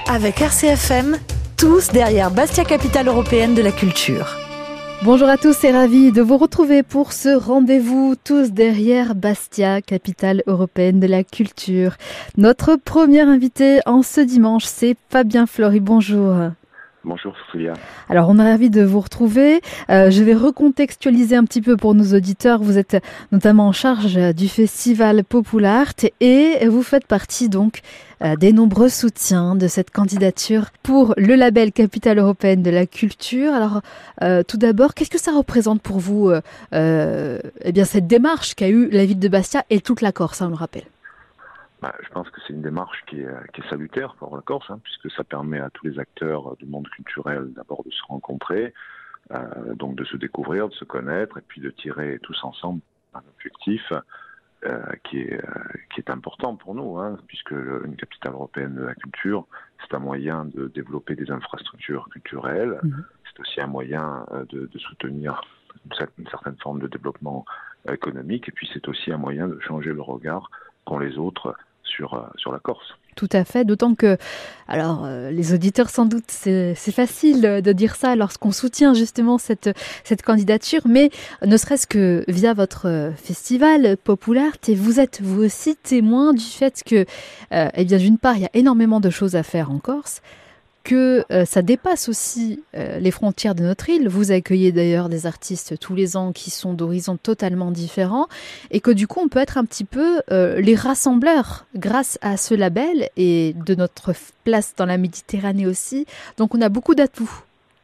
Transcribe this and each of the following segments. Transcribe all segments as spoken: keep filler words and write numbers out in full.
Avec R C F M, tous derrière Bastia, capitale européenne de la culture. Bonjour à tous et ravi de vous retrouver pour ce rendez-vous tous derrière Bastia, capitale européenne de la culture. Notre premier invité en ce dimanche, c'est Fabien Flory. Bonjour. Bonjour Cécilia. Alors on est ravis de vous retrouver. Euh, je vais recontextualiser un petit peu pour nos auditeurs. Vous êtes notamment en charge du festival Populart et vous faites partie donc euh, des nombreux soutiens de cette candidature pour le label Capitale européenne de la culture. Alors euh, tout d'abord, qu'est-ce que ça représente pour vous euh, euh, eh bien cette démarche qu'a eu la ville de Bastia et toute la Corse, hein, on le rappelle? Bah, je pense que c'est une démarche qui est, qui est salutaire pour la Corse, hein, puisque ça permet à tous les acteurs du monde culturel d'abord de se rencontrer, euh, donc de se découvrir, de se connaître, et puis de tirer tous ensemble un objectif euh, qui, est, euh, qui est important pour nous, hein, puisque le, une capitale européenne de la culture, c'est un moyen de développer des infrastructures culturelles, mmh. C'est aussi un moyen de, de soutenir une certaine forme de développement économique, et puis c'est aussi un moyen de changer le regard qu'ont les autres sur, sur la Corse. Tout à fait, d'autant que, alors euh, les auditeurs sans doute, c'est, c'est facile de dire ça lorsqu'on soutient justement cette, cette candidature, mais ne serait-ce que via votre festival Populart, et vous êtes vous aussi témoin du fait que, euh, eh bien d'une part, il y a énormément de choses à faire en Corse, que euh, ça dépasse aussi euh, les frontières de notre île. Vous accueillez d'ailleurs des artistes tous les ans qui sont d'horizons totalement différents et que du coup on peut être un petit peu euh, les rassembleurs grâce à ce label et de notre place dans la Méditerranée aussi. Donc on a beaucoup d'atouts.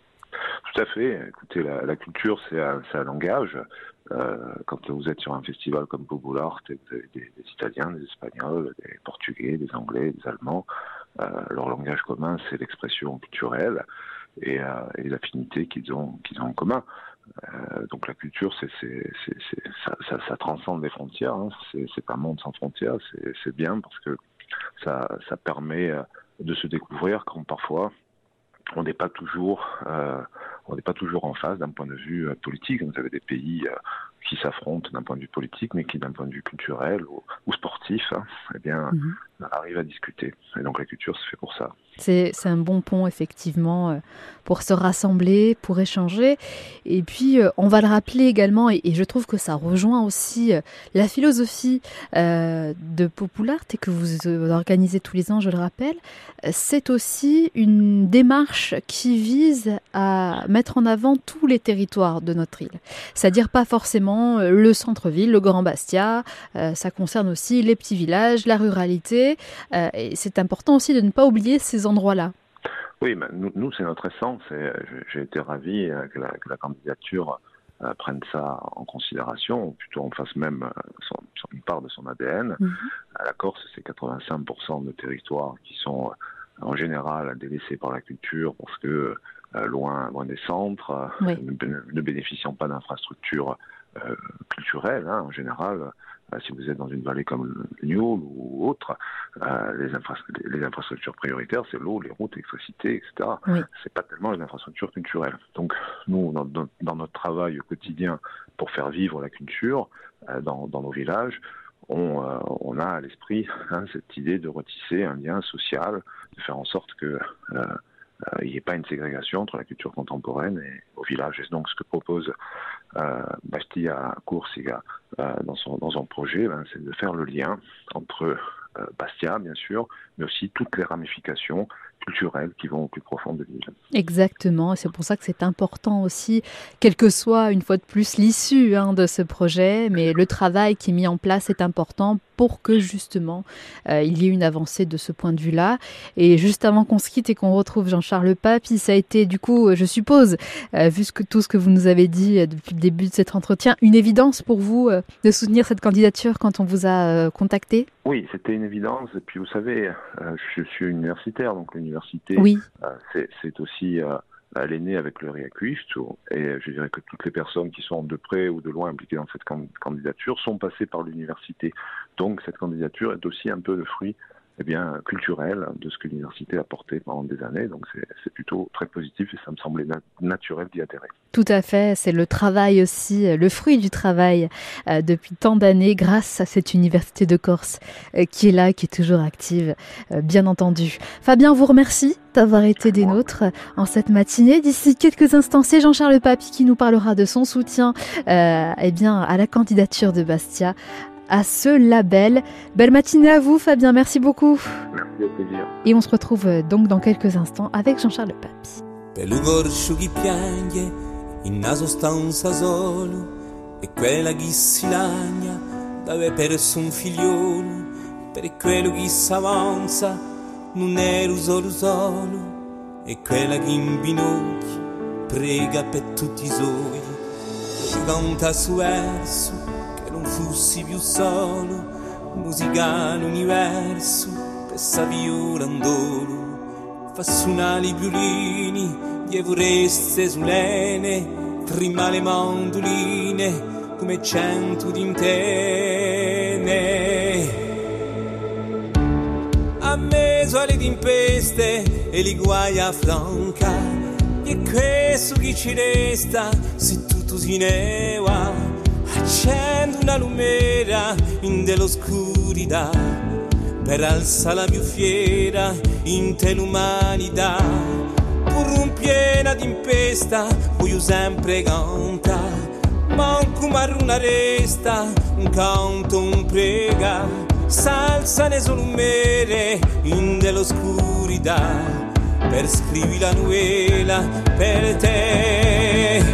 Tout à fait. Écoutez, la, la culture c'est un, c'est un langage. Euh, quand vous êtes sur un festival comme Populart, vous avez des, des Italiens, des Espagnols, des Portugais, des Anglais, des Allemands. Euh, leur langage commun, c'est l'expression culturelle et, euh, et l'affinité qu'ils ont, qu'ils ont en commun. Euh, donc la culture, c'est, c'est, c'est, c'est, ça, ça, ça transcende les frontières. Hein. C'est, c'est un monde sans frontières. C'est, c'est bien parce que ça, ça permet de se découvrir quand parfois on n'est pas toujours, euh, on n'est pas toujours en phase d'un point de vue euh, politique. Vous avez des pays euh, qui s'affrontent d'un point de vue politique, mais qui d'un point de vue culturel ou, ou sportif, hein, eh bien, mmh. arrivent à discuter. Et donc la culture se fait pour ça. C'est, c'est un bon pont, effectivement, euh, pour se rassembler, pour échanger. Et puis, euh, on va le rappeler également, et, et je trouve que ça rejoint aussi euh, la philosophie euh, de Populart, et que vous euh, organisez tous les ans, je le rappelle. C'est aussi une démarche qui vise à mettre en avant tous les territoires de notre île. C'est-à-dire pas forcément le centre-ville, le Grand Bastia, euh, ça concerne aussi les petits villages, la ruralité. Euh, et c'est important aussi de ne pas oublier ces endroits-là. Oui, mais nous, nous c'est notre essence. Et j'ai été ravi que la, que la candidature euh, prenne ça en considération, ou plutôt en fasse même son, son, une part de son A D N. Mm-hmm. À la Corse, c'est quatre-vingt-cinq pour cent de territoires qui sont en général délaissés par la culture parce que euh, loin, loin des centres, oui. ne, ne bénéficiant pas d'infrastructures euh, culturelles, hein, en général. Si vous êtes dans une vallée comme Nioul ou autre, euh, les, infra- les infrastructures prioritaires, c'est l'eau, les routes, l'électricité, et cetera. Oui. C'est pas tellement les infrastructures culturelles. Donc, nous, dans, dans, dans notre travail au quotidien pour faire vivre la culture euh, dans, dans nos villages, on, euh, on a à l'esprit hein, cette idée de retisser un lien social, de faire en sorte que euh, il n'y ait pas une ségrégation entre la culture contemporaine et au village. Et donc, ce que propose euh, Bastia Corsica euh, dans, son, dans son projet, ben, c'est de faire le lien entre euh, Bastia, bien sûr, mais aussi toutes les ramifications culturelles qui vont au plus profond de l'île. Exactement, et c'est pour ça que c'est important aussi, quelle que soit une fois de plus l'issue hein, de ce projet, mais le travail qui est mis en place est important pour que justement euh, il y ait une avancée de ce point de vue-là. Et juste avant qu'on se quitte et qu'on retrouve Jean-Charles Papy, ça a été du coup, je suppose, euh, vu ce que, tout ce que vous nous avez dit euh, depuis le début de cet entretien, une évidence pour vous euh, de soutenir cette candidature quand on vous a euh, contacté? Oui, c'était une évidence. Et puis vous savez, euh, je suis universitaire, donc l'université, oui. euh, c'est, c'est aussi euh, elle est née avec le RIACUIST, et je dirais que toutes les personnes qui sont de près ou de loin impliquées dans cette candidature sont passées par l'université. Donc cette candidature est aussi un peu le fruit eh bien, culturel de ce que l'université a porté pendant des années. Donc c'est, c'est plutôt très positif et ça me semblait na- naturel d'y adhérer. Tout à fait, c'est le travail aussi, le fruit du travail euh, depuis tant d'années grâce à cette université de Corse euh, qui est là, qui est toujours active, euh, bien entendu. Fabien vous remercie d'avoir été des nôtres en cette matinée. D'ici quelques instants, c'est Jean-Charles Papy qui nous parlera de son soutien euh, eh bien, à la candidature de Bastia à ce label. Belle matinée à vous Fabien, merci beaucoup. Merci, au plaisir. Et on se retrouve donc dans quelques instants avec Jean-Charles Papy. Per l'ugorcio chi piange, in naso stanza solo, e quella chi si lagna, d'aver perso un figliolo, per quello chi s'avanza, non ero solo solo, e quella chi in ginocchi prega per tutti i suoi, ci canta su verso, che non fossi più solo, musica l'universo, per sa viola andolo. Fa suonare i violini, die vorreste sulene, rima le mandoline, come cento d'intene. A me suole tempeste e li guai a flanca, e questo chi ci resta, se tutto si neva, accendo una lumera in dell'oscurità, per alzare la più fiera in te l'umanità, pur un piena tempesta voglio sempre canta, manco maruna resta un canto un prega, salzane solo un mere in dell'oscurità, per scrivi la novela per te,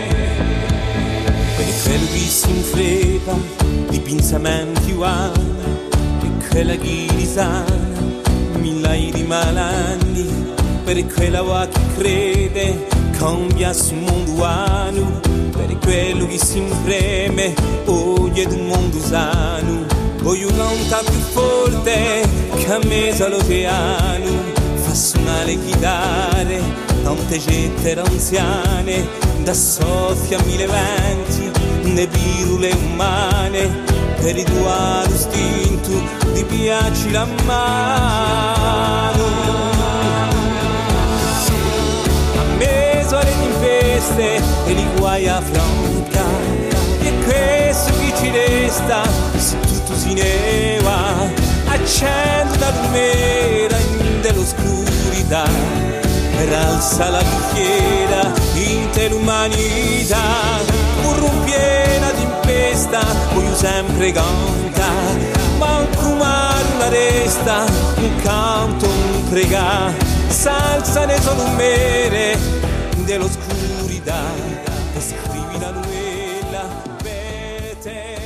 per quello che si infleva di pensamenti umani, quella che risana migliaia di malanni, per quella che crede cambia sul mondo umano, per quello che si impreme oggi d'un mondo sano, voglio cantare più forte che a me solo piano, fa suonare chitarre tante gente anziane, da soffia a mille venti ne virule umane, per il tuo istinto ti piaci la mano. A me sono le tempeste e li guai a franca, e questo che ci resta se tutto si neva, accendo la lumera in dell'oscurità, per alza la bicchiera in te l'umanità, pur un piena tempesta voglio sempre canta, manco una resta un canto un pregà, salzane solo un mere dell'oscurità, e scrivi la novella per te.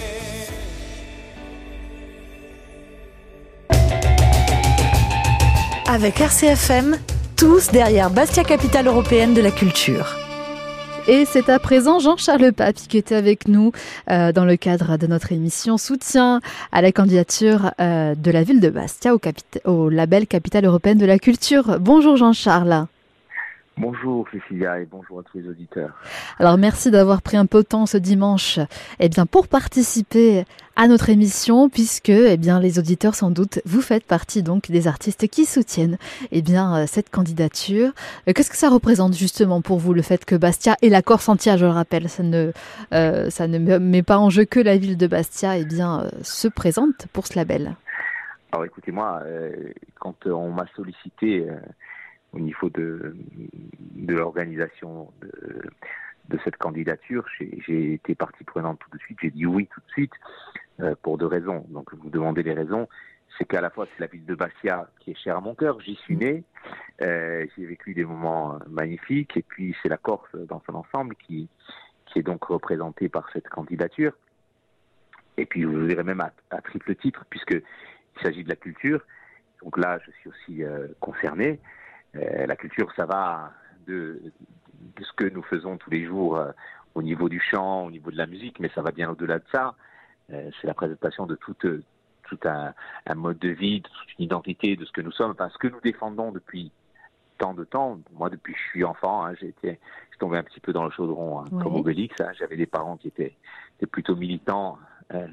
Avec R C F M, tous derrière Bastia, capitale européenne de la culture. Et c'est à présent Jean-Charles Papy qui était avec nous euh, dans le cadre de notre émission Soutien à la candidature euh, de la ville de Bastia au, capita- au label Capitale européenne de la culture. Bonjour Jean-Charles. Bonjour Cécilia et bonjour à tous les auditeurs. Alors merci d'avoir pris un peu de temps ce dimanche eh bien, pour participer à notre émission, puisque eh bien, les auditeurs sans doute, vous faites partie donc des artistes qui soutiennent eh bien, cette candidature. Qu'est-ce que ça représente justement pour vous, le fait que Bastia et la Corse entière, je le rappelle, ça ne, euh, ça ne met pas en jeu que la ville de Bastia, eh bien, euh, se présente pour ce label? Alors écoutez-moi, euh, quand on m'a sollicité euh, au niveau de, de l'organisation de, de cette candidature, j'ai, j'ai été partie prenante tout de suite, j'ai dit oui tout de suite, euh, pour deux raisons. Donc vous demandez les raisons, c'est qu'à la fois c'est la ville de Bastia qui est chère à mon cœur, j'y suis né, euh, j'ai vécu des moments magnifiques, et puis c'est la Corse dans son ensemble qui, qui est donc représentée par cette candidature. Et puis je vous dirais même à, à triple titre, puisqu'il s'agit de la culture, donc là je suis aussi euh, concerné. Euh, la culture, ça va de, de ce que nous faisons tous les jours euh, au niveau du chant, au niveau de la musique, mais ça va bien au-delà de ça. Euh, c'est la présentation de tout, euh, tout un, un mode de vie, de toute une identité, de ce que nous sommes, enfin, ce que nous défendons depuis tant de temps. Moi, depuis que je suis enfant, hein, j'ai été, je suis tombé un petit peu dans le chaudron, hein, oui. Comme Obélix. Hein, j'avais des parents qui étaient, étaient plutôt militants euh,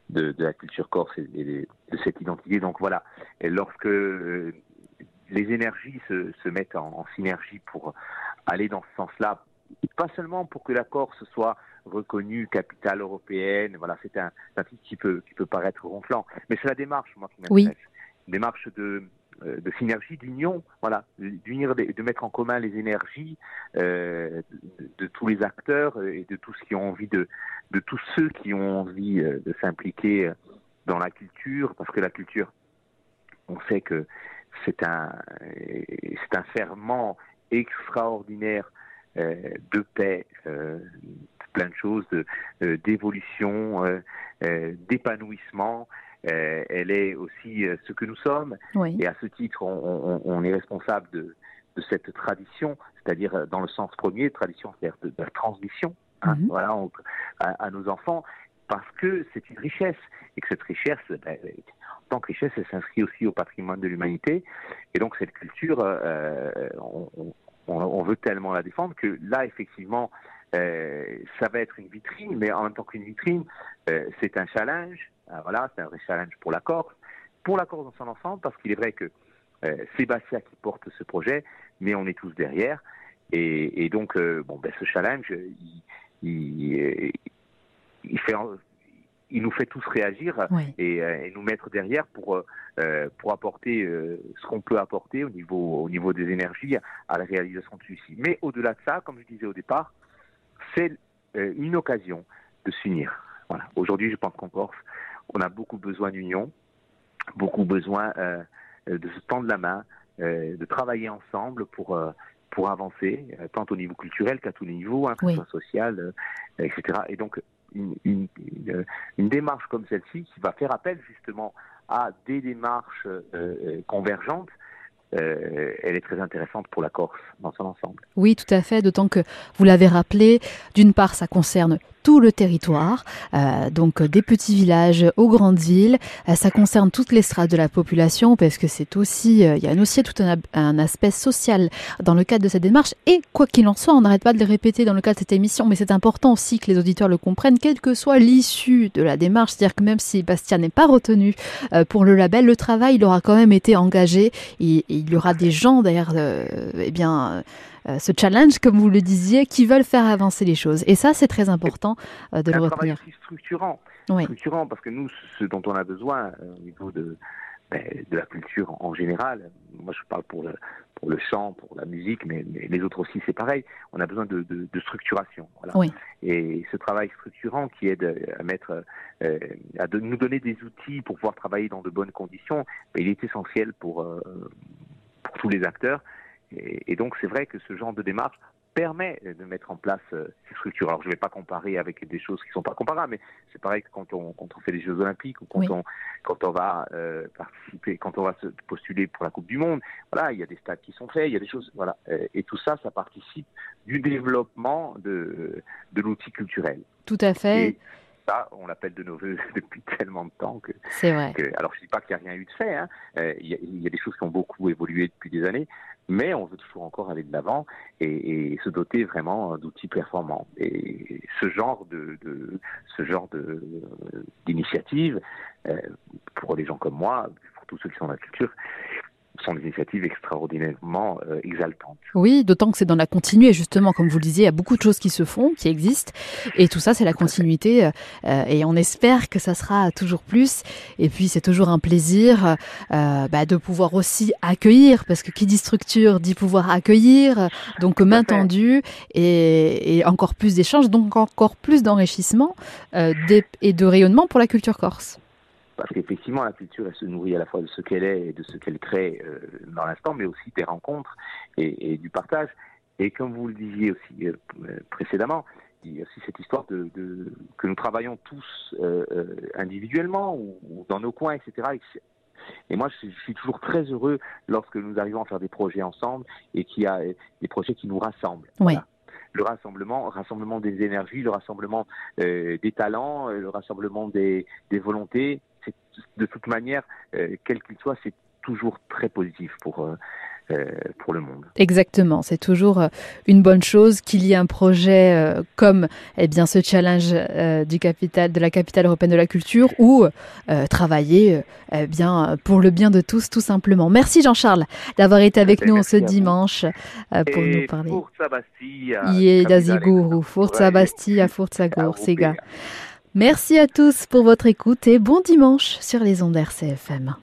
de, de la culture corse et, et de cette identité. Donc voilà, et lorsque euh, les énergies se, se mettent en, en synergie pour aller dans ce sens-là, pas seulement pour que la Corse soit reconnue capitale européenne, voilà, c'est un, un titre qui peut, qui peut paraître ronflant, mais c'est la démarche, moi, qui m'intéresse. Oui. Une démarche de, de synergie, d'union, voilà, d'unir, de mettre en commun les énergies euh, de, de tous les acteurs et de tous qui ont envie de, de tous ceux qui ont envie de s'impliquer dans la culture, parce que la culture, on sait que c'est un, c'est un ferment extraordinaire euh, de paix, euh, plein de choses, de, euh, d'évolution, euh, euh, d'épanouissement. Euh, elle est aussi euh, ce que nous sommes. Oui. Et à ce titre, on, on, on est responsable de, de cette tradition, c'est-à-dire dans le sens premier, tradition, c'est-à-dire de, de la transmission, hein, mm-hmm. voilà, on, à, à nos enfants, parce que c'est une richesse et que cette richesse, ben, en tant que richesse, elle s'inscrit aussi au patrimoine de l'humanité. Et donc cette culture, euh, on, on, on veut tellement la défendre que là, effectivement, euh, ça va être une vitrine, mais en même temps qu'une vitrine, euh, c'est un challenge. Euh, voilà, c'est un vrai challenge pour la Corse, pour la Corse dans son ensemble, parce qu'il est vrai que euh, c'est Bastia qui porte ce projet, mais on est tous derrière. Et, et donc, euh, bon, ben, ce challenge, il, il, il fait... il nous fait tous réagir, oui. et, et nous mettre derrière pour, euh, pour apporter euh, ce qu'on peut apporter au niveau, au niveau des énergies à la réalisation de celui-ci. Mais au-delà de ça, comme je disais au départ, c'est euh, une occasion de s'unir. Voilà. Aujourd'hui, je pense qu'en Corse, on a beaucoup besoin d'union, beaucoup besoin euh, de se tendre la main, euh, de travailler ensemble pour... Euh, pour avancer, euh, tant au niveau culturel qu'à tous les niveaux, hein, que oui. ce soit social, euh, et cetera. Et donc, Une, une, une, une démarche comme celle-ci qui va faire appel justement à des démarches euh, convergentes, euh, elle est très intéressante pour la Corse dans son ensemble. Oui, tout à fait, d'autant que vous l'avez rappelé, d'une part ça concerne tout le territoire, euh, donc des petits villages aux grandes villes, euh, ça concerne toutes les strates de la population parce que c'est aussi, euh, il y a aussi tout un, un aspect social dans le cadre de cette démarche et quoi qu'il en soit, on n'arrête pas de le répéter dans le cadre de cette émission, mais c'est important aussi que les auditeurs le comprennent, quelle que soit l'issue de la démarche, c'est-à-dire que même si Bastia n'est pas retenu euh, pour le label, le travail il aura quand même été engagé et, et il y aura des gens derrière, euh, eh bien... Euh, Euh, ce challenge, comme vous le disiez, qui veulent faire avancer les choses. Et ça, c'est très important euh, de le retenir. Un travail aussi structurant, oui. structurant, parce que nous, ce dont on a besoin euh, au niveau de, ben, de la culture en général, moi je parle pour le, pour le chant, pour la musique, mais, mais les autres aussi, c'est pareil, on a besoin de, de, de structuration. Voilà. Oui. Et ce travail structurant qui aide à, mettre, euh, à de, nous donner des outils pour pouvoir travailler dans de bonnes conditions, ben, il est essentiel pour, euh, pour tous les acteurs. Et, et donc, c'est vrai que ce genre de démarche permet de mettre en place euh, ces structures. Alors, je ne vais pas comparer avec des choses qui ne sont pas comparables, mais c'est pareil que quand on, quand on fait les Jeux Olympiques ou quand, oui. on, quand on va euh, participer, quand on va se postuler pour la Coupe du Monde. Voilà, il y a des stades qui sont faits, il y a des choses. Voilà. Et tout ça, ça participe du développement de, de l'outil culturel. Tout à fait. Et, ça, on l'appelle de nos voeux depuis tellement de temps que... C'est vrai. Que, alors, je ne dis pas qu'il n'y a rien eu de fait. Hein. Euh, il, y a, il y a des choses qui ont beaucoup évolué depuis des années, mais on veut toujours encore aller de l'avant et, et se doter vraiment d'outils performants. Et ce genre de, de ce genre de d'initiative, euh, pour les gens comme moi, pour tous ceux qui sont dans la culture, sont des initiatives extraordinairement euh, exaltantes. Oui, d'autant que c'est dans la continuité, justement, comme vous le disiez, il y a beaucoup de choses qui se font, qui existent, et tout ça, c'est la continuité, euh, et on espère que ça sera toujours plus, et puis c'est toujours un plaisir euh, bah, de pouvoir aussi accueillir, parce que qui dit structure dit pouvoir accueillir, donc main tendue, et, et encore plus d'échanges, donc encore plus d'enrichissement euh, et de rayonnement pour la culture corse. Parce qu'effectivement, la culture, elle se nourrit à la fois de ce qu'elle est et de ce qu'elle crée euh, dans l'instant, mais aussi des rencontres et, et du partage. Et comme vous le disiez aussi euh, précédemment, il y a aussi cette histoire de, de que nous travaillons tous euh, euh, individuellement ou, ou dans nos coins, et cetera. Et moi, je suis toujours très heureux lorsque nous arrivons à faire des projets ensemble et qu'il y a des projets qui nous rassemblent. Oui. Voilà. Le rassemblement, rassemblement des énergies, le rassemblement euh, des talents, le rassemblement des, des volontés. C'est, de toute manière, euh, quel qu'il soit, c'est toujours très positif pour euh, euh, pour le monde. Exactement, c'est toujours euh, une bonne chose qu'il y ait un projet euh, comme eh bien ce challenge euh, du capital de la capitale européenne de la culture ou euh, travailler euh, eh bien pour le bien de tous tout simplement. Merci Jean-Charles d'avoir été avec Eh nous merci ce dimanche euh, pour Et nous parler. Forza Bastia, Ie da capitale Ziguru, Forza ouais, Bastia, Forza européen. Gorsega. Merci à tous pour votre écoute et bon dimanche sur les ondes R C F M.